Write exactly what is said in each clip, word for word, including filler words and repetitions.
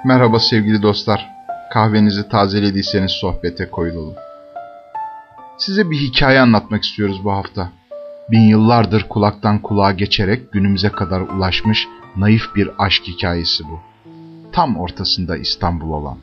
Merhaba sevgili dostlar. Kahvenizi tazelediyseniz sohbete koyulalım. Size bir hikaye anlatmak istiyoruz bu hafta. Bin yıllardır kulaktan kulağa geçerek günümüze kadar ulaşmış naif bir aşk hikayesi bu. Tam ortasında İstanbul olan.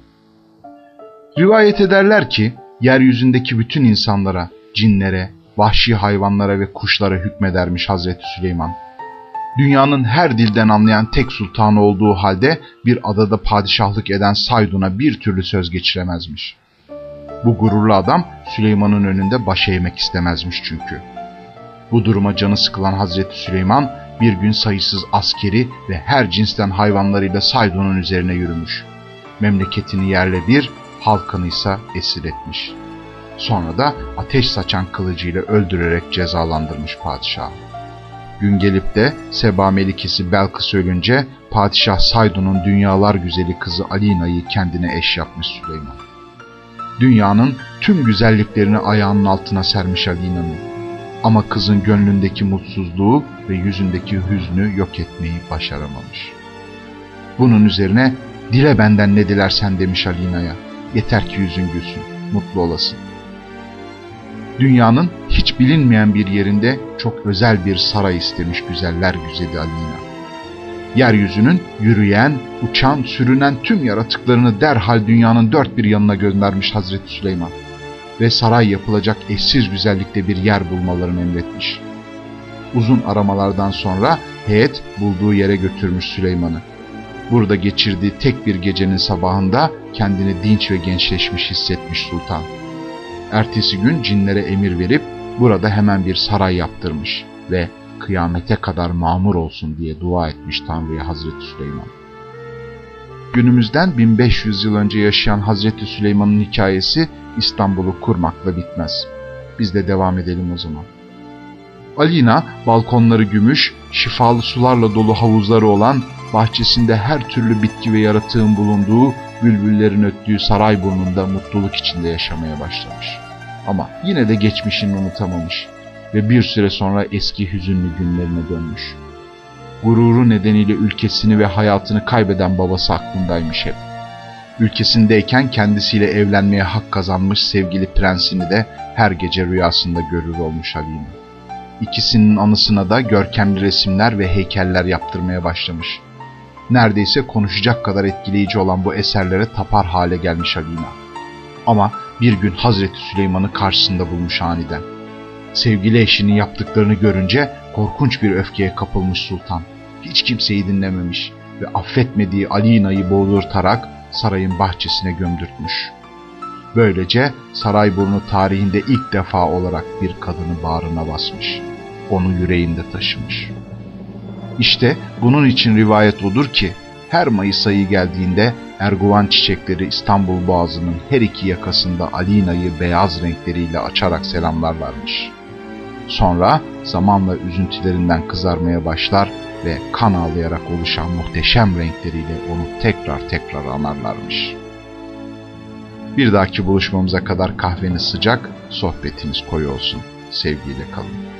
Rivayet ederler ki yeryüzündeki bütün insanlara, cinlere, vahşi hayvanlara ve kuşlara hükmedermiş Hazreti Süleyman. Dünyanın her dilden anlayan tek sultanı olduğu halde bir adada padişahlık eden Saydun'a bir türlü söz geçiremezmiş. Bu gururlu adam Süleyman'ın önünde baş eğmek istemezmiş çünkü. Bu duruma canı sıkılan Hazreti Süleyman bir gün sayısız askeri ve her cinsten hayvanlarıyla Saydun'un üzerine yürümüş. Memleketini yerle bir, halkını ise esir etmiş. Sonra da ateş saçan kılıcıyla öldürerek cezalandırmış padişahı. Gün gelip de Seba Melikesi Belkıs ölünce padişah Saydun'un dünyalar güzeli kızı Alina'yı kendine eş yapmış Süleyman. Dünyanın tüm güzelliklerini ayağının altına sermiş Alina'nın. Ama kızın gönlündeki mutsuzluğu ve yüzündeki hüznü yok etmeyi başaramamış. Bunun üzerine dile benden ne dilersen demiş Alina'ya. Yeter ki yüzün gülsün, mutlu olasın. Dünyanın hiç bilinmeyen bir yerinde çok özel bir saray istemiş güzeller güzeli Alina. Yeryüzünün yürüyen, uçan, sürünen tüm yaratıklarını derhal dünyanın dört bir yanına göndermiş Hazreti Süleyman. Ve saray yapılacak eşsiz güzellikte bir yer bulmalarını emretmiş. Uzun aramalardan sonra heyet bulduğu yere götürmüş Süleyman'ı. Burada geçirdiği tek bir gecenin sabahında kendini dinç ve gençleşmiş hissetmiş sultan. Ertesi gün cinlere emir verip burada hemen bir saray yaptırmış ve kıyamete kadar mamur olsun diye dua etmiş Tanrı'ya Hazreti Süleyman. Günümüzden bin beş yüz yıl önce yaşayan Hazreti Süleyman'ın hikayesi İstanbul'u kurmakla bitmez. Biz de devam edelim o zaman. Alina, balkonları gümüş, şifalı sularla dolu havuzları olan, bahçesinde her türlü bitki ve yaratığın bulunduğu, bülbüllerin öttüğü Sarayburnu'nda mutluluk içinde yaşamaya başlamış. Ama yine de geçmişini unutamamış ve bir süre sonra eski hüzünlü günlerine dönmüş. Gururu nedeniyle ülkesini ve hayatını kaybeden babası aklındaymış hep. Ülkesindeyken kendisiyle evlenmeye hak kazanmış sevgili prensini de her gece rüyasında görür olmuş Alina. İkisinin anısına da görkemli resimler ve heykeller yaptırmaya başlamış. Neredeyse konuşacak kadar etkileyici olan bu eserlere tapar hale gelmiş Alina. Ama bir gün Hazreti Süleyman'ı karşısında bulmuş aniden. Sevgili eşinin yaptıklarını görünce korkunç bir öfkeye kapılmış sultan. Hiç kimseyi dinlememiş ve affetmediği Alina'yı boğdurtarak sarayın bahçesine gömdürtmüş. Böylece Sarayburnu tarihinde ilk defa olarak bir kadını bağrına basmış. Onu yüreğinde taşımış. İşte bunun için rivayet odur ki her Mayıs ayı geldiğinde erguvan çiçekleri İstanbul Boğazı'nın her iki yakasında Alina'yı beyaz renkleriyle açarak selamlarlarmış. Sonra zamanla üzüntülerinden kızarmaya başlar ve kan ağlayarak oluşan muhteşem renkleriyle onu tekrar tekrar anarlarmış. Bir dahaki buluşmamıza kadar kahveniz sıcak, sohbetiniz koyu olsun. Sevgiyle kalın.